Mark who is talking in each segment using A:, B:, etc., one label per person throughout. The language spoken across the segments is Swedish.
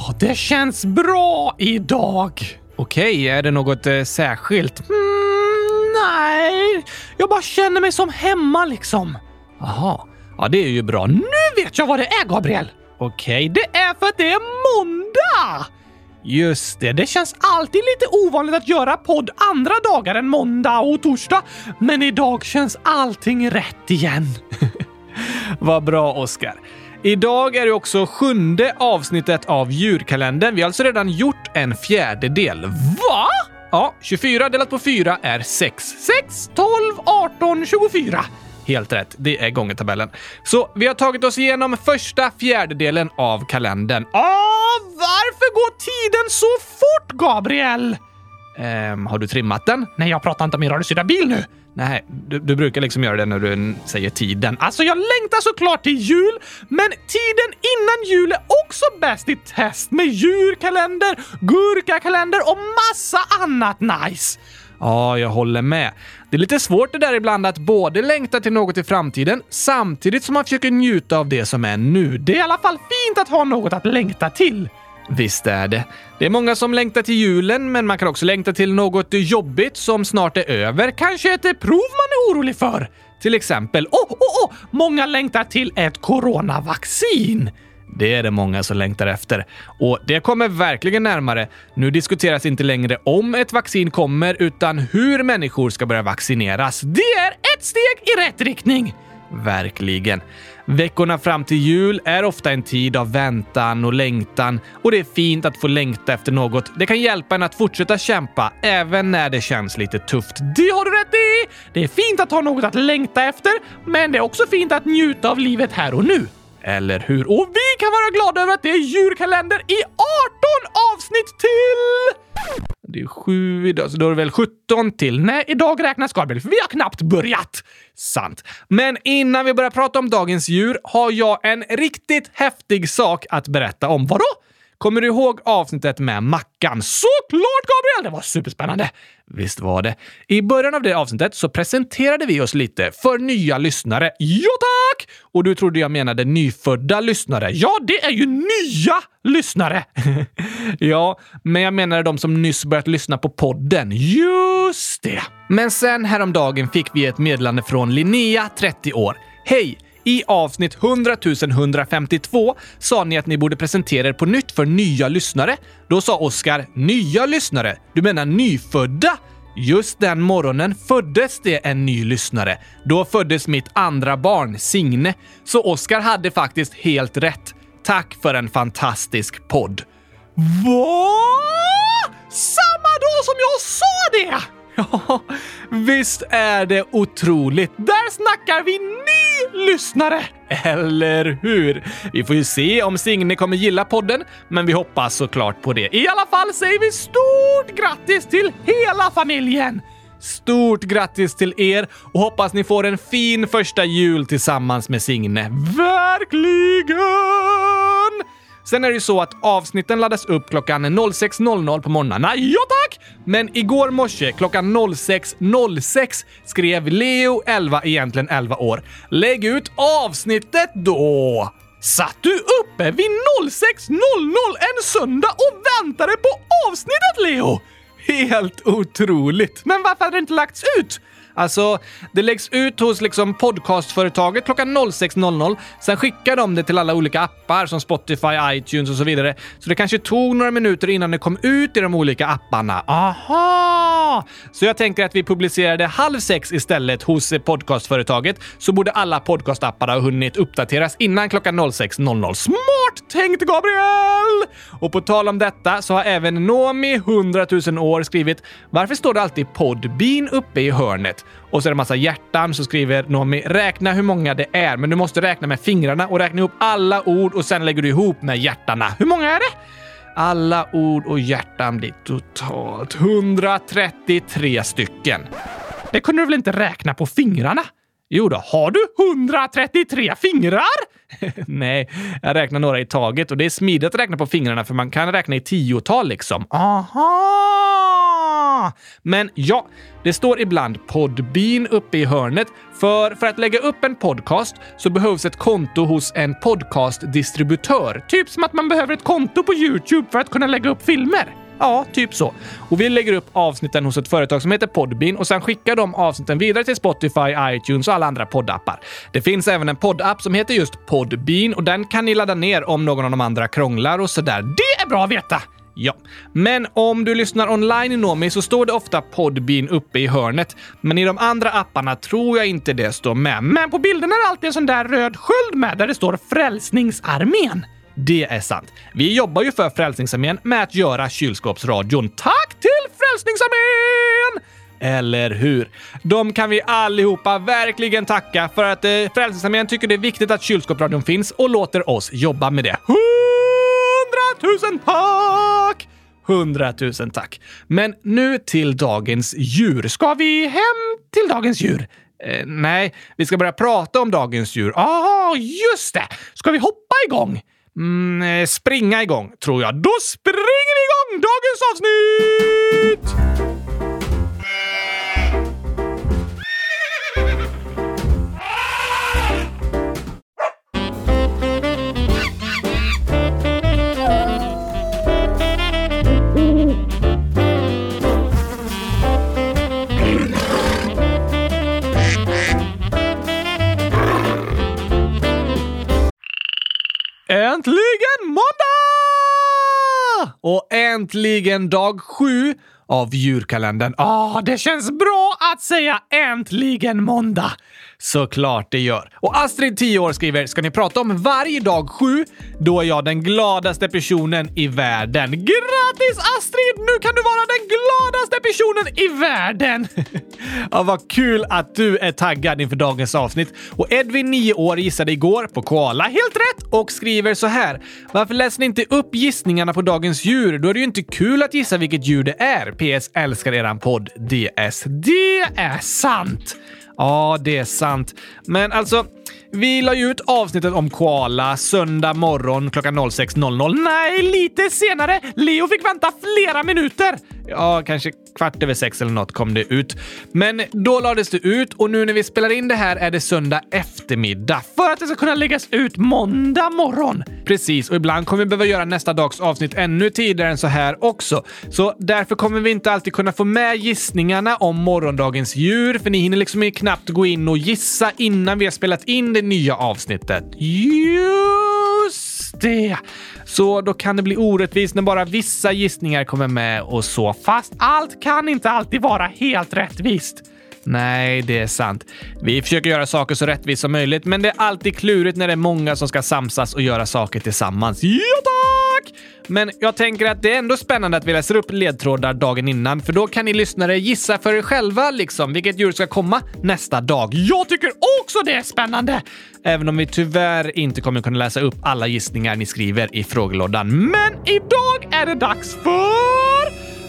A: Det känns bra idag.
B: Okej, är det något särskilt?
A: Nej, jag bara känner mig som hemma liksom.
B: Aha, ja det är ju bra.
A: Nu vet jag vad det är, Gabriel.
B: Okej,
A: Det är för att det är måndag.
B: just det.
A: Det känns alltid lite ovanligt att göra podd andra dagar än måndag och torsdag. Men idag känns allting rätt igen.
B: Vad bra, Oskar. Idag är det också 7:e avsnittet av djurkalendern. Vi har alltså redan gjort en 4:e.
A: Va?
B: Ja, 24 delat på 4 är 6.
A: 6, 12, 18, 24.
B: Helt rätt, det är gångertabellen. Så vi har tagit oss igenom första 4:e av kalendern.
A: Varför går tiden så fort, Gabriel?
B: Har du trimmat den?
A: Nej, jag pratar inte om min radiostyrda bil nu.
B: Nej, du brukar liksom göra det när du säger tiden.
A: Alltså, jag längtar såklart till jul, men tiden innan jul är också bäst i test med djurkalender, gurkakalender och massa annat nice.
B: Ja, jag håller med. Det är lite svårt det där ibland att både längta till något i framtiden samtidigt som man försöker njuta av det som är nu.
A: Det är i alla fall fint att ha något att längta till.
B: Visst är det. Det är många som längtar till julen, men man kan också längta till något jobbigt som snart är över.
A: Kanske ett prov man är orolig för.
B: Till exempel,
A: många längtar till ett coronavaccin.
B: Det är det många som längtar efter. Och det kommer verkligen närmare. Nu diskuteras inte längre om ett vaccin kommer, utan hur människor ska börja vaccineras.
A: Det är ett steg i rätt riktning.
B: Verkligen. Veckorna fram till jul är ofta en tid av väntan och längtan. Och det är fint att få längta efter något. Det kan hjälpa en att fortsätta kämpa, även när det känns lite tufft.
A: Det har du rätt i! Det är fint att ha något att längta efter, men det är också fint att njuta av livet här och nu.
B: Eller hur?
A: Och vi kan vara glada över att det är djurkalender i 18 avsnitt till!
B: Det är 7 idag, så då är det väl 17 till.
A: Nej, idag räknas Gabriel, för vi har knappt börjat.
B: Sant. Men innan vi börjar prata om dagens djur har jag en riktigt häftig sak att berätta om. Vadå? Kommer du ihåg avsnittet med Mackan?
A: Såklart, Gabriel! Det var superspännande.
B: Visst var det. I början av det avsnittet så presenterade vi oss lite för nya lyssnare.
A: Ja, tack!
B: Och du trodde jag menade nyfödda lyssnare.
A: Ja, det är ju nya lyssnare.
B: Ja, men jag menade de som nyss börjat lyssna på podden.
A: Just det.
B: Men sen häromdagen fick vi ett meddelande från Linnea, 30 år. Hej! I avsnitt 100 152 sa ni att ni borde presentera er på nytt för nya lyssnare. Då sa Oskar, nya lyssnare? Du menar nyfödda? Just den morgonen föddes det en ny lyssnare. Då föddes mitt andra barn, Signe. Så Oskar hade faktiskt helt rätt. Tack för en fantastisk podd.
A: Vad? Samma dag som jag sa det!
B: Ja, visst är det otroligt.
A: Där snackar vi ny lyssnare.
B: Eller hur? Vi får ju se om Signe kommer gilla podden, men vi hoppas såklart på det.
A: I alla fall säger vi stort grattis till hela familjen.
B: Stort grattis till er och hoppas ni får en fin första jul tillsammans med Signe.
A: Verkligen!
B: Sen är det ju så att avsnitten laddas upp klockan 06.00 på morgnarna.
A: Ja tack!
B: Men igår morse klockan 06.06 skrev Leo 11, egentligen 11 år. Lägg ut avsnittet då!
A: Satt du uppe vid 06.00 en söndag och väntade på avsnittet, Leo?
B: Helt otroligt.
A: Men varför hade det inte lagts ut?
B: Alltså, det läggs ut hos liksom podcastföretaget klockan 06.00. Sen skickar de det till alla olika appar som Spotify, iTunes och så vidare. Så det kanske tog några minuter innan det kom ut i de olika apparna.
A: Aha!
B: Så jag tänker att vi publicerade 5:30 istället hos podcastföretaget. Så borde alla podcastappar ha hunnit uppdateras innan klockan 06.00.
A: Smart tänkt, Gabriel!
B: Och på tal om detta så har även Nomi 100 000 år skrivit: varför står det alltid Podbean uppe i hörnet? Och så är det en massa hjärtan, så skriver Nomi: räkna hur många det är, men du måste räkna med fingrarna och räkna ihop alla ord och sen lägger du ihop med hjärtarna.
A: Hur många är det?
B: Alla ord och hjärtan blir totalt 133 stycken.
A: Det kunde du väl inte räkna på fingrarna?
B: Jo då,
A: har du 133 fingrar?
B: Nej, jag räknar några i taget och det är smidigt att räkna på fingrarna för man kan räkna i 10-tal liksom.
A: Aha!
B: Men ja, det står ibland Podbean uppe i hörnet, för att lägga upp en podcast så behövs ett konto hos en podcastdistributör.
A: Typ som att man behöver ett konto på YouTube för att kunna lägga upp filmer.
B: Ja, typ så. Och vi lägger upp avsnitten hos ett företag som heter Podbean och sen skickar de avsnitten vidare till Spotify, iTunes och alla andra poddappar. Det finns även en poddapp som heter just Podbean och den kan ni ladda ner om någon av de andra krånglar och sådär.
A: Det är bra att veta!
B: Ja, men om du lyssnar online i Nomi så står det ofta Podbean uppe i hörnet. Men i de andra apparna tror jag inte det står med.
A: Men på bilden är det alltid en sån där röd sköld med där det står Frälsningsarmén.
B: Det är sant. Vi jobbar ju för Frälsningsarmén med att göra kylskåpsradion. Tack till Frälsningsarmén! Eller hur? De kan vi allihopa verkligen tacka för att Frälsningsarmén tycker det är viktigt att kylskåpsradion finns och låter oss jobba med det. 100 000 tack! 100 000 tack. Men nu till dagens djur.
A: Ska vi hem till dagens djur?
B: Nej, vi ska börja prata om dagens djur.
A: Just det! Ska vi hoppa igång?
B: Springa igång, tror jag.
A: Då springer vi igång dagens avsnitt! Äntligen måndag!
B: Och äntligen dag 7 av djurkalendern.
A: Det känns bra att säga äntligen måndag.
B: Såklart det gör. Och Astrid, 10 år, skriver: ska ni prata om varje dag 7? Då är jag den gladaste personen i världen.
A: Grattis Astrid! Nu kan du vara den gladaste personen i världen.
B: Ja, vad kul att du är taggad inför dagens avsnitt. Och Edvin, 9 år, gissade igår på koala.
A: Helt rätt!
B: Och skriver så här: varför läser ni inte upp gissningarna på dagens djur? Då är det ju inte kul att gissa vilket djur det är. PS, älskar eran podd. DS.
A: Det är sant.
B: Ja, det är sant. Men alltså, vi la ju ut avsnittet om koala söndag morgon klockan 06.00.
A: Nej, lite senare. Leo fick vänta flera minuter.
B: Ja, kanske 6:15 eller något kom det ut. Men då lades det ut och nu när vi spelar in det här är det söndag eftermiddag.
A: För att det ska kunna läggas ut måndag morgon.
B: Precis, och ibland kommer vi behöva göra nästa dags avsnitt ännu tidigare än så här också. Så därför kommer vi inte alltid kunna få med gissningarna om morgondagens djur, för ni hinner liksom knappt gå in och gissa innan vi har spelat in det nya avsnittet.
A: Just det.
B: Så då kan det bli orättvist när bara vissa gissningar kommer med och så.
A: Fast allt kan inte alltid vara helt rättvist.
B: Nej, det är sant. Vi försöker göra saker så rättvist som möjligt, men det är alltid klurigt när det är många som ska samsas och göra saker tillsammans.
A: Ja, tack!
B: Men jag tänker att det är ändå spännande att vi läser upp ledtrådar dagen innan, för då kan ni lyssnare gissa för er själva liksom vilket djur ska komma nästa dag.
A: Jag tycker också det är spännande!
B: Även om vi tyvärr inte kommer kunna läsa upp alla gissningar ni skriver i frågelådan.
A: Men idag är det dags för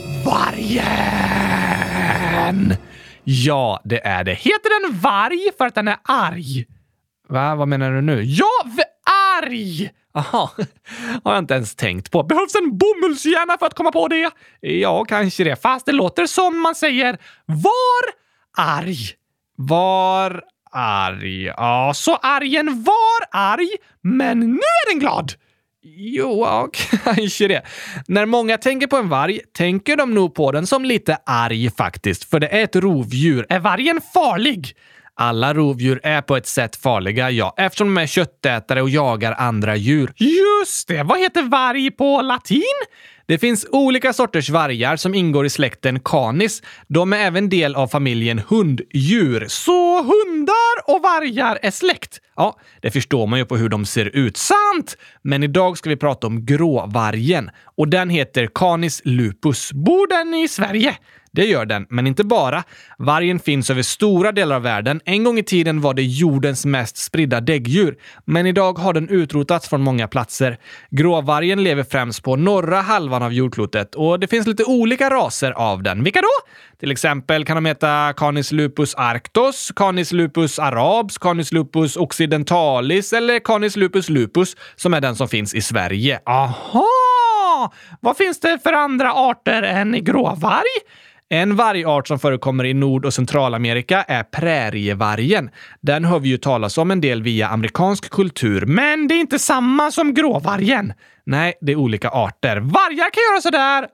A: vargen!
B: Ja, det är det.
A: Heter den varg för att den är arg?
B: Va? Vad menar du nu?
A: Ja, arg!
B: Aha, har jag inte ens tänkt på.
A: Behövs en bomullshjärna för att komma på det?
B: Ja, kanske det.
A: Fast det låter som man säger var arg.
B: Var arg.
A: Ja, så argen var arg, men nu är den glad.
B: Jo, ja, kanske det. När många tänker på en varg tänker de nog på den som lite arg faktiskt, för det är ett rovdjur.
A: Är vargen farlig?
B: Alla rovdjur är på ett sätt farliga, ja, eftersom de är köttätare och jagar andra djur.
A: Just det! Vad heter varg på latin?
B: Det finns olika sorters vargar som ingår i släkten Canis. De är även del av familjen hunddjur.
A: Så hundar och vargar är släkt?
B: Ja, det förstår man ju på hur de ser ut.
A: Sant!
B: Men idag ska vi prata om gråvargen. Och den heter Canis lupus.
A: Bor den i Sverige?
B: Det gör den, men inte bara. Vargen finns över stora delar av världen. En gång i tiden var det jordens mest spridda däggdjur. Men idag har den utrotats från många platser. Gråvargen lever främst på norra halvan av jordklotet. Och det finns lite olika raser av den.
A: Vilka då?
B: Till exempel kan de heta Canis lupus arctos, Canis lupus arabs, Canis lupus occidentalis eller Canis lupus lupus, som är den som finns i Sverige.
A: Aha! Vad finns det för andra arter än gråvarg?
B: En vargart som förekommer i Nord- och Centralamerika är prärievargen. Den hör vi ju talas om en del via amerikansk kultur.
A: Men det är inte samma som gråvargen.
B: Nej, det är olika arter.
A: Vargar kan göra sådär.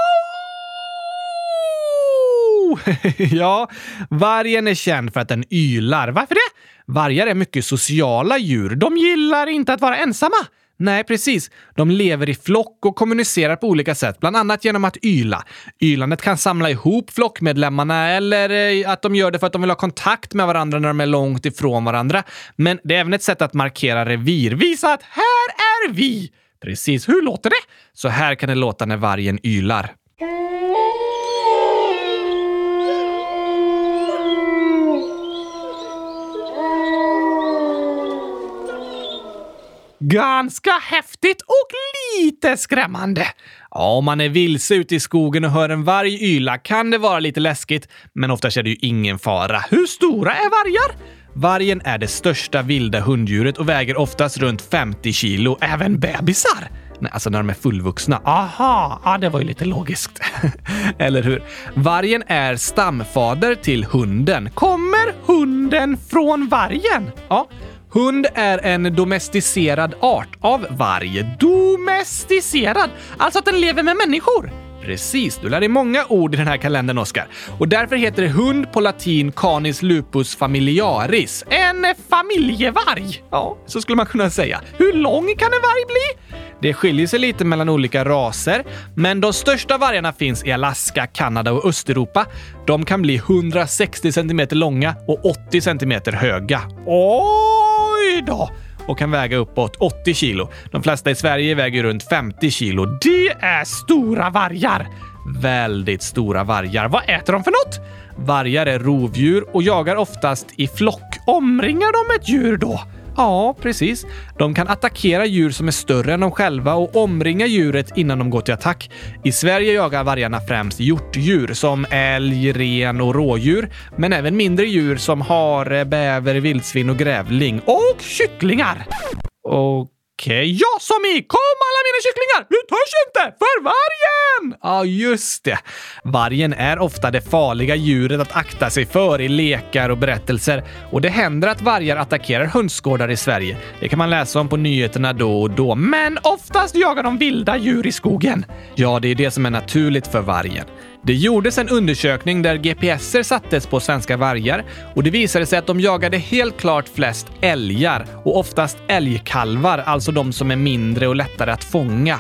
B: Ja, vargen är känd för att den ylar.
A: Varför det?
B: Vargar är mycket sociala djur.
A: De gillar inte att vara ensamma.
B: Nej, precis. De lever i flock och kommunicerar på olika sätt, bland annat genom att yla. Ylandet kan samla ihop flockmedlemmarna eller att de gör det för att de vill ha kontakt med varandra när de är långt ifrån varandra. Men det är även ett sätt att markera revir.
A: Visa att här är vi!
B: Precis.
A: Hur låter det?
B: Så här kan det låta när vargen ylar.
A: Ganska häftigt och lite skrämmande.
B: Ja, om man är vilse ute i skogen och hör en varg yla kan det vara lite läskigt, men oftast är det ju ingen fara.
A: Hur stora är vargar?
B: Vargen är det största vilda hunddjuret och väger oftast runt 50 kilo.
A: Även bebisar?
B: Nej, alltså när de är fullvuxna.
A: Aha, ja, det var ju lite logiskt.
B: Eller hur? Vargen är stamfader till hunden.
A: Kommer hunden från vargen?
B: Ja. Hund är en domesticerad art av varg.
A: Domesticerad? Alltså att den lever med människor?
B: Precis, du lär dig många ord i den här kalendern, Oskar. Och därför heter det hund på latin Canis lupus familiaris.
A: En familjevarg?
B: Ja, så skulle man kunna säga.
A: Hur lång kan en varg bli?
B: Det skiljer sig lite mellan olika raser, men de största vargarna finns i Alaska, Kanada och Östeuropa. De kan bli 160 cm långa och 80 cm höga.
A: Oj då!
B: Och kan väga uppåt 80 kilo. De flesta i Sverige väger runt 50 kilo.
A: Det är stora vargar!
B: Väldigt stora vargar.
A: Vad äter de för något?
B: Vargar är rovdjur och jagar oftast i flock.
A: Omringar de ett djur då?
B: Ja, precis. De kan attackera djur som är större än de själva och omringa djuret innan de går till attack. I Sverige jagar vargarna främst hjortdjur som älg, ren och rådjur, men även mindre djur som hare, bäver, vildsvin och grävling.
A: Och kycklingar!
B: Okej.
A: Ja, som i kom alla mina kycklingar! Vi törs inte för vargen!
B: Ja, just det. Vargen är ofta det farliga djuret att akta sig för i lekar och berättelser. Och det händer att vargar attackerar hönsgårdar i Sverige. Det kan man läsa om på nyheterna då och då.
A: Men oftast jagar de vilda djur i skogen.
B: Ja, det är det som är naturligt för vargen. Det gjordes en undersökning där GPSer sattes på svenska vargar och det visade sig att de jagade helt klart flest älgar och oftast älgkalvar, alltså de som är mindre och lättare att fånga.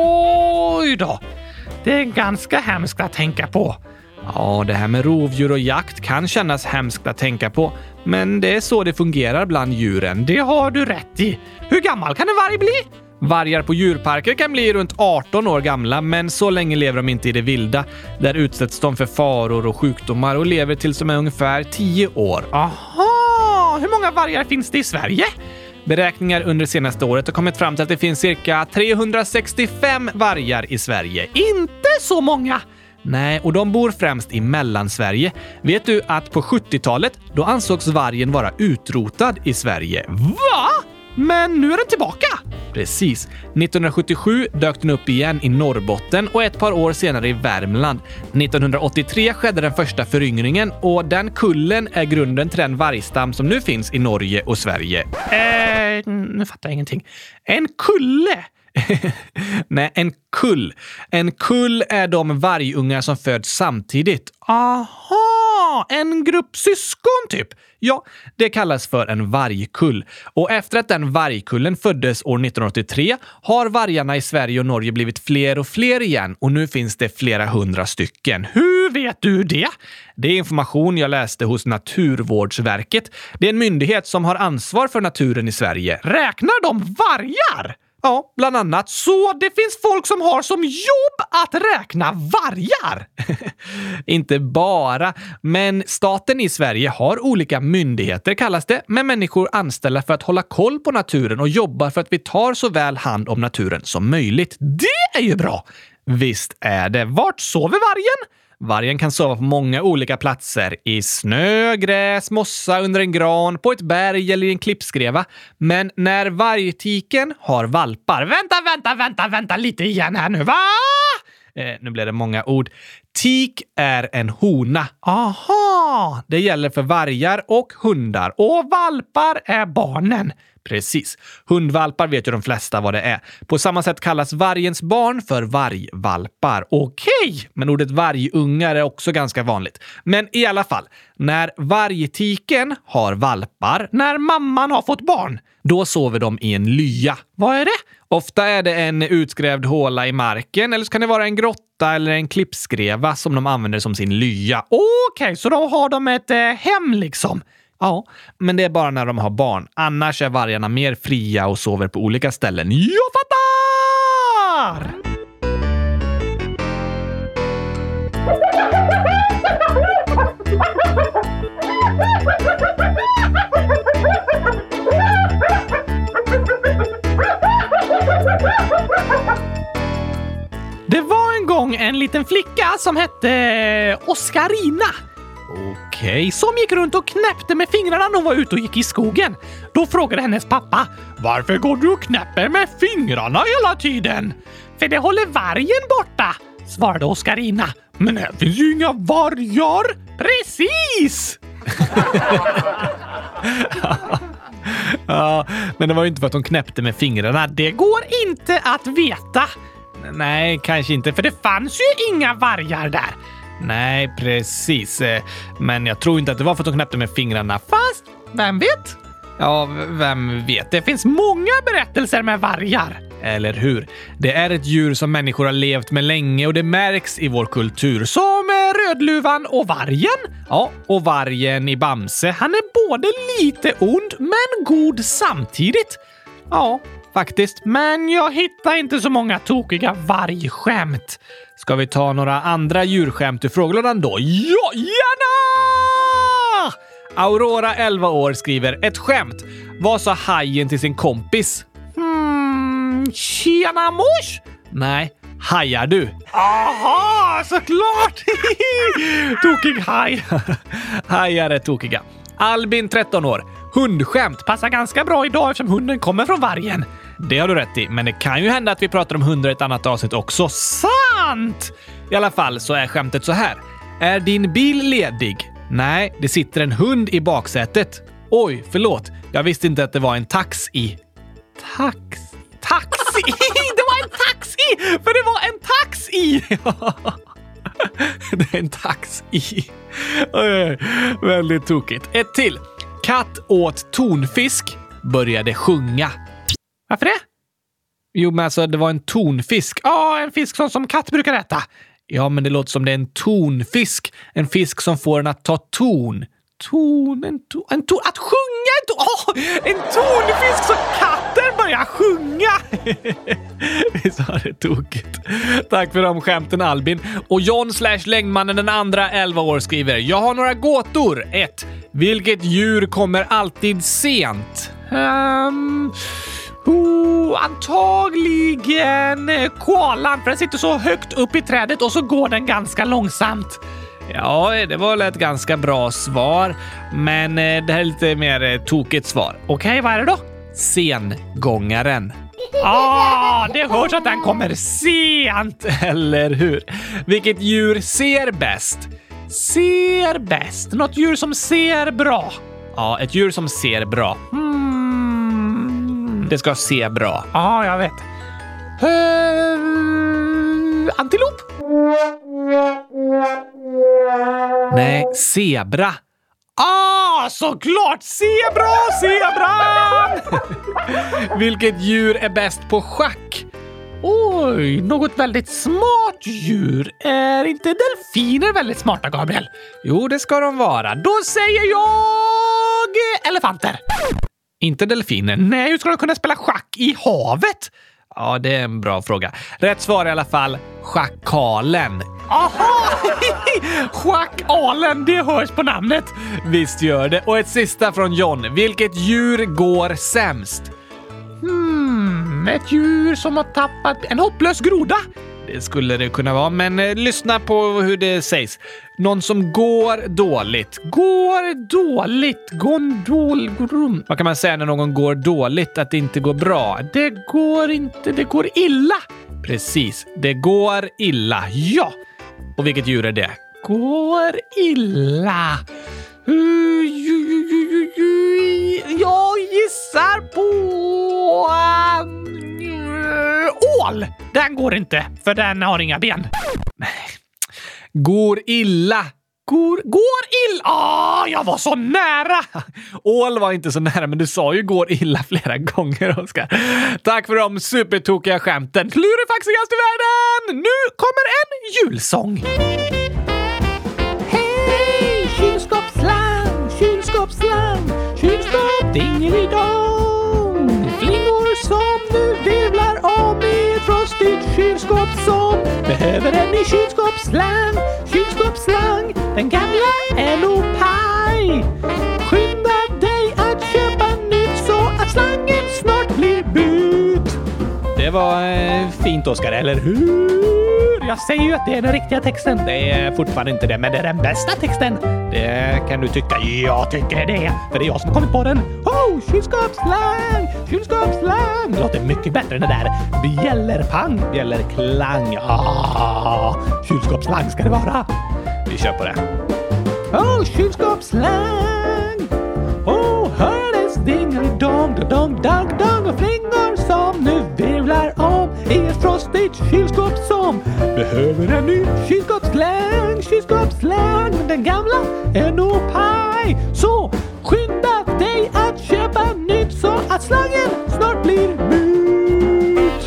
A: Oj då! Det är ganska hemskt att tänka på.
B: Ja, det här med rovdjur och jakt kan kännas hemskt att tänka på, men det är så det fungerar bland djuren.
A: Det har du rätt i. Hur gammal kan en varg bli?
B: Vargar på djurparker kan bli runt 18 år gamla, men så länge lever de inte i det vilda. Där utsätts de för faror och sjukdomar och lever tills de är ungefär 10 år.
A: Aha! Hur många vargar finns det i Sverige?
B: Beräkningar under det senaste året har kommit fram till att det finns cirka 365 vargar i Sverige.
A: Inte så många!
B: Nej, och de bor främst i Mellansverige. Vet du att på 70-talet, då ansågs vargen vara utrotad i Sverige.
A: Va? Men nu är den tillbaka!
B: Precis. 1977 dök den upp igen i Norrbotten och ett par år senare i Värmland. 1983 skedde den första föryngringen och den kullen är grunden till den vargstam som nu finns i Norge och Sverige.
A: Nu fattar jag ingenting. En kulle?
B: Nej, en kull. En kull är de vargungar som föds samtidigt.
A: Aha! En grupp syskon typ?
B: Ja, det kallas för en vargkull. Och efter att den vargkullen föddes år 1983 har vargarna i Sverige och Norge blivit fler och fler igen och nu finns det flera 100 stycken.
A: Hur vet du det?
B: Det är information jag läste hos Naturvårdsverket. Det är en myndighet som har ansvar för naturen i Sverige.
A: Räknar de vargar?
B: Ja, bland annat.
A: Så det finns folk som har som jobb att räkna vargar?
B: Inte bara, men staten i Sverige har olika myndigheter kallas det, med människor anställda för att hålla koll på naturen och jobbar för att vi tar så väl hand om naturen som möjligt.
A: Det är ju bra!
B: Visst är det.
A: Vart sover vargen?
B: Vargen kan sova på många olika platser. I snö, gräs, mossa, under en gran, på ett berg eller i en klippskreva. Men när vargtiken har valpar...
A: Vänta lite igen här nu, va?
B: Nu blir det många ord. Tik är en hona.
A: Aha!
B: Det gäller för vargar och hundar.
A: Och valpar är barnen.
B: Precis. Hundvalpar vet ju de flesta vad det är. På samma sätt kallas vargens barn för vargvalpar.
A: Okej!
B: Men ordet vargungar är också ganska vanligt. Men i alla fall, när vargtiken har valpar,
A: När mamman har fått barn.
B: då sover de i en lya.
A: Vad är det?
B: Ofta är det en utgrävd håla i marken, eller så kan det vara en grotta eller en klippskreva som de använder som sin lya.
A: Okej, så då har de ett hem liksom.
B: Ja, men det är bara när de har barn. Annars är vargarna mer fria och sover på olika ställen.
A: Jag fattar! Det var en gång en liten flicka som hette Oscarina.
B: Okej.
A: Som gick runt och knäppte med fingrarna när hon var ute och gick i skogen. Då frågade hennes pappa: varför går du och knäpper med fingrarna hela tiden? För det håller vargen borta, svarade Oscarina. Men här finns ju inga vargar. Precis!
B: Ja, men det var ju inte för att hon knäppte med fingrarna.
A: Det går inte att veta.
B: Nej, kanske inte.
A: För det fanns ju inga vargar där.
B: Nej, precis. Men jag tror inte att det var för att hon knäppte med fingrarna.
A: Fast, vem vet?
B: Ja, vem vet?
A: Det finns många berättelser med vargar.
B: Eller hur? Det är ett djur som människor har levt med länge och det märks i vår kultur.
A: Som Rödluvan och vargen.
B: Ja, och vargen i Bamse.
A: Han är både lite ond men god samtidigt.
B: Ja, faktiskt.
A: Men jag hittar inte så många tokiga vargskämt.
B: Ska vi ta några andra djurskämt ur frågelådan då?
A: Ja, gärna!
B: Aurora, 11 år, skriver ett skämt. Vad sa hajen till sin kompis?
A: Tjena mors?
B: Nej, hajar du?
A: Aha, såklart! Tokig haj.
B: Hajar är tokiga. Albin, 13 år. Hundskämt.
A: Passar ganska bra idag eftersom hunden kommer från vargen.
B: Det har du rätt i, men det kan ju hända att vi pratar om hundar i ett annat avsnitt också.
A: Sant!
B: I alla fall så är skämtet så här. Är din bil ledig? Nej, det sitter en hund i baksätet. Oj, förlåt. Jag visste inte att det var en taxi.
A: Taxi! Det var en taxi! För det var en taxi!
B: Det är en taxi. Oj, väldigt tokigt. Ett till. Katt åt tonfisk, började sjunga.
A: Varför det?
B: Jo, men alltså det var en tonfisk.
A: Ja, en fisk som katt brukar äta.
B: Ja, men det låter som det är en tonfisk. En fisk som får en att ta ton.
A: Att sjunga en tonfisk så katten börjar sjunga.
B: Visst var det tokigt. Tack för de skämten, Albin. Och John/Längdmannen den andra, 11 år, skriver: jag har några gåtor. 1. Vilket djur kommer alltid sent?
A: Antagligen koalan, för den sitter så högt upp i trädet och så går den ganska långsamt.
B: Ja, det var väl ett ganska bra svar. Men det här är lite mer tokigt svar.
A: Okej, vad är det då?
B: Sengångaren.
A: Det hörs att den kommer sent.
B: Eller hur? Vilket djur ser bäst?
A: Ser bäst? Något djur som ser bra.
B: Ja, ett djur som ser bra. Det ska se bra.
A: Ja, jag vet. Antilop?
B: Nej, zebra.
A: Såklart! Zebran!
B: Vilket djur är bäst på schack?
A: Oj, något väldigt smart djur. Är inte delfiner väldigt smarta, Gabriel?
B: Jo, det ska de vara.
A: Då säger jag elefanter.
B: Inte delfiner.
A: Nej, hur ska de kunna spela schack i havet?
B: Ja, det är en bra fråga. Rätt svar i alla fall, schakalen.
A: Aha! Schakalen, det hörs på namnet.
B: Visst gör det. Och ett sista från John. Vilket djur går sämst?
A: Ett djur som har tappat en hopplös groda.
B: Det skulle det kunna vara, men lyssna på hur det sägs. Någon som går dåligt. Vad kan man säga när någon går dåligt? Att det inte går bra?
A: Det går illa.
B: Precis, det går illa. Ja! Och vilket djur är det?
A: Går illa. Jag gissar på... ål! Den går inte, för den har inga ben.
B: Går illa.
A: Går illa! Jag var så nära!
B: Ål var inte så nära, men du sa ju går illa flera gånger, Oskar. Tack för de supertokiga skämten.
A: Klurifaxigast i världen! Nu kommer en julsång. Hej! Kylskåpsslang, kylskåpsslang, kylskåp dingelidong. Flingor som nu virvlar om i ett frostigt kylskåp som behöver en ny kylskåpsslang, kylskåpsslang. Den gamla är nog paj. Skynda dig att köpa nytt så att slangen snart blir bytt.
B: Det var fint, Oskar, eller hur?
A: Jag säger ju att det är den riktiga texten.
B: Det är fortfarande inte det, men det är den bästa texten. Det kan du tycka.
A: Jag tycker det, för det är jag som har kommit på den. Kylskåpsslang, kylskåpsslang. Det låter mycket bättre än det där bjällerpang, bjällerklang. Kylskåpsslang ska det vara.
B: Vi kör på det.
A: Kylskåpsslang. Hördes dingelidong, dong, dong, dong och flingor som nu virvlar om i ett frostigt kylskåp som behöver en ny kylskåpsslang, kylskåpsslang. Men den gamla är nog paj. Så skynda dig att köpa nytt så att slangen snart blir bytt.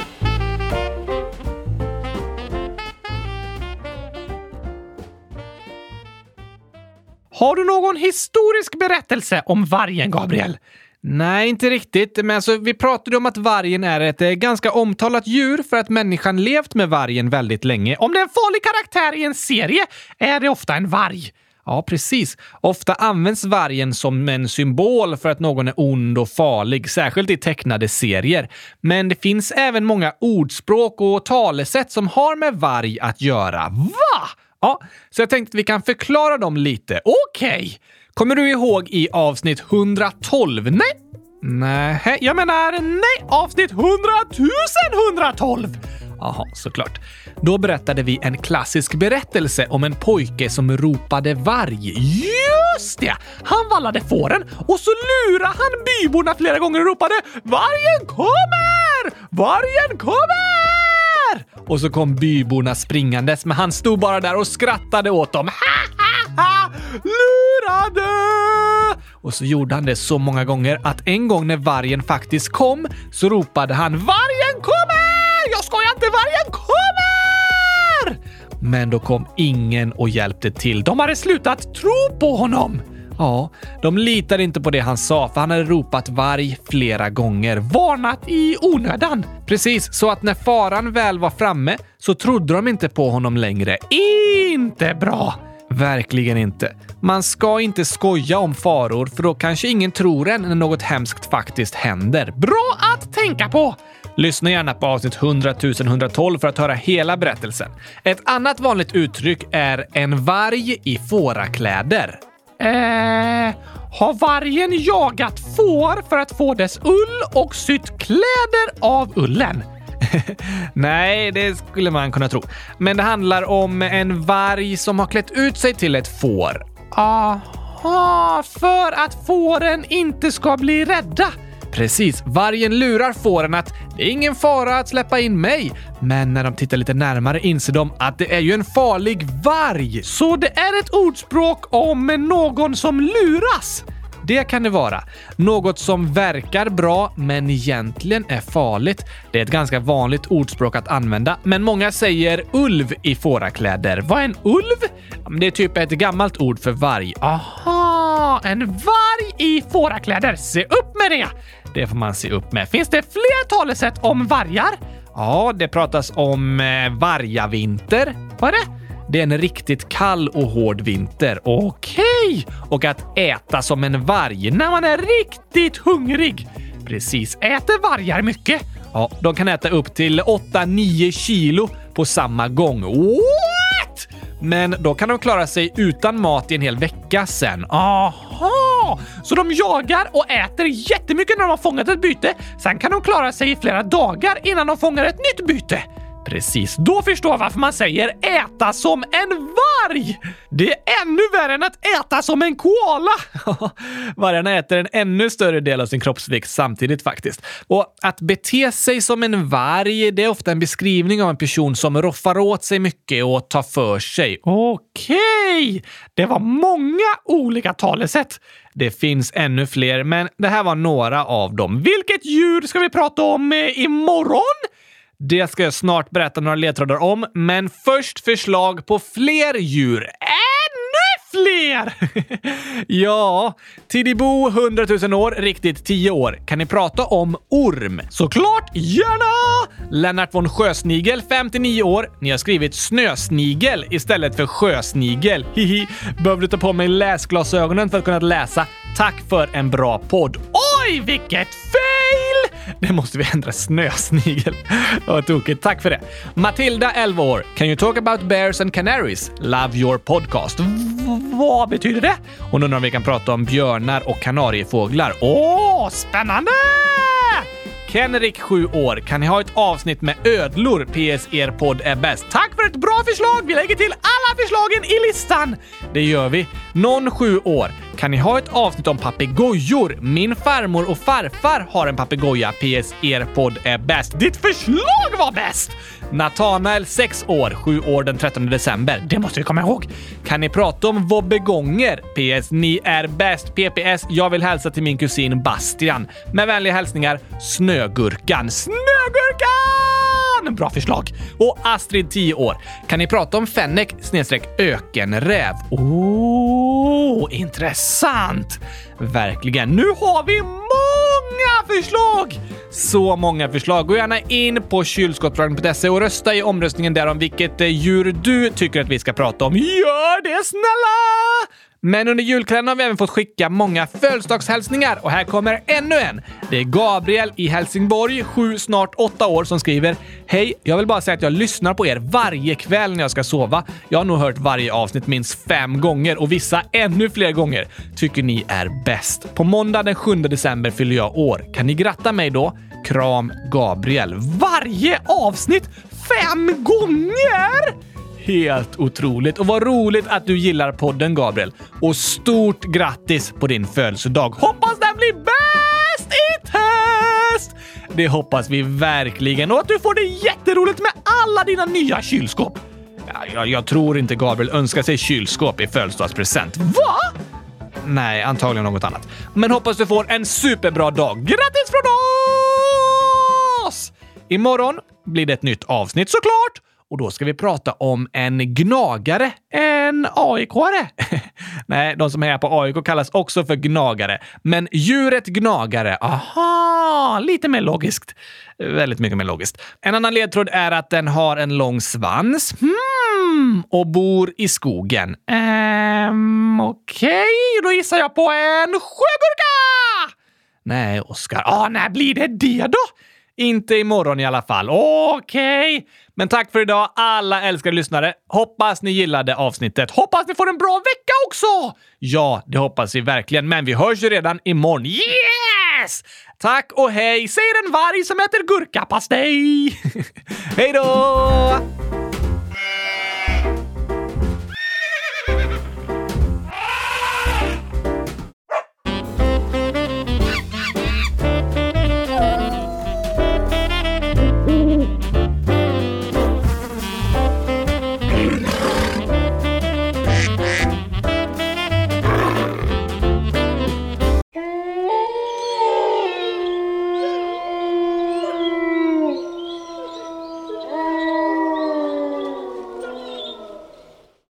A: Har du någon historisk berättelse om vargen, Gabriel?
B: Nej, inte riktigt. Men alltså, vi pratade om att vargen är ett ganska omtalat djur för att människan levt med vargen väldigt länge.
A: Om det är en farlig karaktär i en serie är det ofta en varg.
B: Ja, precis. Ofta används vargen som en symbol för att någon är ond och farlig, särskilt i tecknade serier. Men det finns även många ordspråk och talesätt som har med varg att göra.
A: Va?
B: Ja, så jag tänkte att vi kan förklara dem lite.
A: Okej.
B: Kommer du ihåg i avsnitt 112? Nej,
A: jag menar nej, avsnitt 100 112.
B: Jaha, såklart. Då berättade vi en klassisk berättelse om en pojke som ropade varg.
A: Just det! Han vallade fåren och så lurade han byborna flera gånger och ropade vargen kommer! Vargen kommer!
B: Och så kom byborna springandes, men han stod bara där och skrattade åt dem.
A: Lurade!
B: Och så gjorde han det så många gånger att en gång när vargen faktiskt kom så ropade han vargen kommer! Jag skojar inte, vargen kommer! Men då kom ingen och hjälpte till.
A: De hade slutat tro på honom.
B: Ja, de litade inte på det han sa för han hade ropat varg flera gånger.
A: Varnat i onödan.
B: Precis, så att när faran väl var framme så trodde de inte på honom längre.
A: Inte bra.
B: Verkligen inte. Man ska inte skoja om faror för då kanske ingen tror en när något hemskt faktiskt händer.
A: Bra att tänka på!
B: Lyssna gärna på avsnitt 100 112 för att höra hela berättelsen. Ett annat vanligt uttryck är en varg i fårakläder.
A: Har vargen jagat får för att få dess ull och sytt kläder av ullen?
B: Nej, det skulle man kunna tro. Men det handlar om en varg som har klätt ut sig till ett får.
A: Aha, för att fåren inte ska bli rädda.
B: Precis, vargen lurar fåren att det är ingen fara att släppa in mig. Men när de tittar lite närmare inser de att det är ju en farlig varg.
A: Så det är ett ordspråk om någon som luras?
B: Det kan det vara. Något som verkar bra men egentligen är farligt. Det är ett ganska vanligt ordspråk att använda. Men många säger ulv i fårakläder.
A: Vad är en ulv?
B: Det är typ ett gammalt ord för varg.
A: Aha, en varg i fårakläder. Se upp med det!
B: Det får man se upp med.
A: Finns det fler talesätt om vargar?
B: Ja, det pratas om vargavinter.
A: Vad är det?
B: Det är en riktigt kall och hård vinter.
A: Okej!
B: Och att äta som en varg
A: när man är riktigt hungrig.
B: Precis.
A: Äter vargar mycket?
B: Ja, de kan äta upp till 8-9 kilo på samma gång.
A: What?
B: Men då kan de klara sig utan mat i en hel vecka sen.
A: Aha! Aha! Så de jagar och äter jättemycket när de har fångat ett byte. Sen kan de klara sig i flera dagar innan de fångar ett nytt byte. Precis, då förstår jag varför man säger äta som en varg. Det är ännu värre än att äta som en koala.
B: Vargarna äter en ännu större del av sin kroppsvikt samtidigt faktiskt. Och att bete sig som en varg, det är ofta en beskrivning av en person som roffar åt sig mycket och tar för sig.
A: Okej, det var många olika talesätt.
B: Det finns ännu fler, men det här var några av dem. Vilket djur ska vi prata om imorgon? Det ska jag snart berätta några ledtrådar om, men först förslag på fler djur.
A: Ännu fler!
B: Ja, Tidibo 100 000 år, riktigt 10 år. Kan ni prata om orm?
A: Såklart, gärna!
B: Lennart von Sjösnigel, 59 år. Ni har skrivit snösnigel istället för sjösnigel. Hihi, behövde ta på mig läsglasögonen för att kunna läsa. Tack för en bra podd.
A: Oj, vilket fail!
B: Det måste vi ändra, snösnigel. Vad tokigt, tack för det. Matilda, 11 år. Can you talk about bears and canaries? Love your podcast.
A: Vad betyder det?
B: Hon undrar om vi kan prata om björnar och kanariefåglar.
A: Åh, spännande!
B: Kenrik, 7 år. Kan ni ha ett avsnitt med ödlor? PS, er podd är bäst.
A: Tack för ett bra förslag! Vi lägger till alla förslagen i listan!
B: Det gör vi. Någon 7 år. Kan ni ha ett avsnitt om papegojor? Min farmor och farfar har en papegoja. PS, er podd är bäst.
A: Ditt förslag var bäst!
B: Nathanael, 6 år. 7 år den 13 december.
A: Det måste vi komma ihåg.
B: Kan ni prata om vobbegonger? PS, ni är bäst. PPS, jag vill hälsa till min kusin Bastian. Med vänliga hälsningar, Snögurkan.
A: Snögurkan! Bra förslag.
B: Och Astrid, 10 år. Kan ni prata om fännek /ökenräv?
A: Intressant. Verkligen. Nu har vi många förslag.
B: Så många förslag. Gå gärna in på kylskåpsradion.se och rösta i omröstningen där om vilket djur du tycker att vi ska prata om.
A: Gör det snälla!
B: Men under julkalendern har vi även fått skicka många födelsedagshälsningar och här kommer ännu en. Det är Gabriel i Helsingborg, 7, snart 8 år, som skriver: Hej, jag vill bara säga att jag lyssnar på er varje kväll när jag ska sova. Jag har nog hört varje avsnitt minst 5 gånger och vissa ännu fler gånger. Tycker ni är bäst. På måndag den 7 december fyller jag år. Kan ni gratta mig då? Kram, Gabriel.
A: Varje avsnitt 5 gånger?
B: Helt otroligt. Och vad roligt att du gillar podden, Gabriel. Och stort grattis på din födelsedag.
A: Hoppas den blir bäst i test!
B: Det hoppas vi verkligen.
A: Och att du får det jätteroligt med alla dina nya kylskåp.
B: Jag tror inte Gabriel önskar sig kylskåp i födelsedagspresent.
A: Va?
B: Nej, antagligen något annat. Men hoppas du får en superbra dag.
A: Grattis från oss!
B: Imorgon blir det ett nytt avsnitt såklart. Och då ska vi prata om en gnagare.
A: En AIK-are?
B: Nej, de som är på AIK kallas också för gnagare. Men djuret gnagare,
A: aha, lite mer logiskt.
B: Väldigt mycket mer logiskt. En annan ledtråd är att den har en lång svans. Och bor i skogen.
A: Okej, då gissar jag på en sjögurka!
B: Nej, Oskar.
A: När blir det då?
B: Inte imorgon i alla fall.
A: Okej.
B: Men tack för idag, alla älskade lyssnare. Hoppas ni gillade avsnittet.
A: Hoppas ni får en bra vecka också!
B: Ja, det hoppas vi verkligen. Men vi hörs ju redan imorgon.
A: Yes!
B: Tack och hej,
A: säger en varg som äter gurkapastej.
B: Hej då!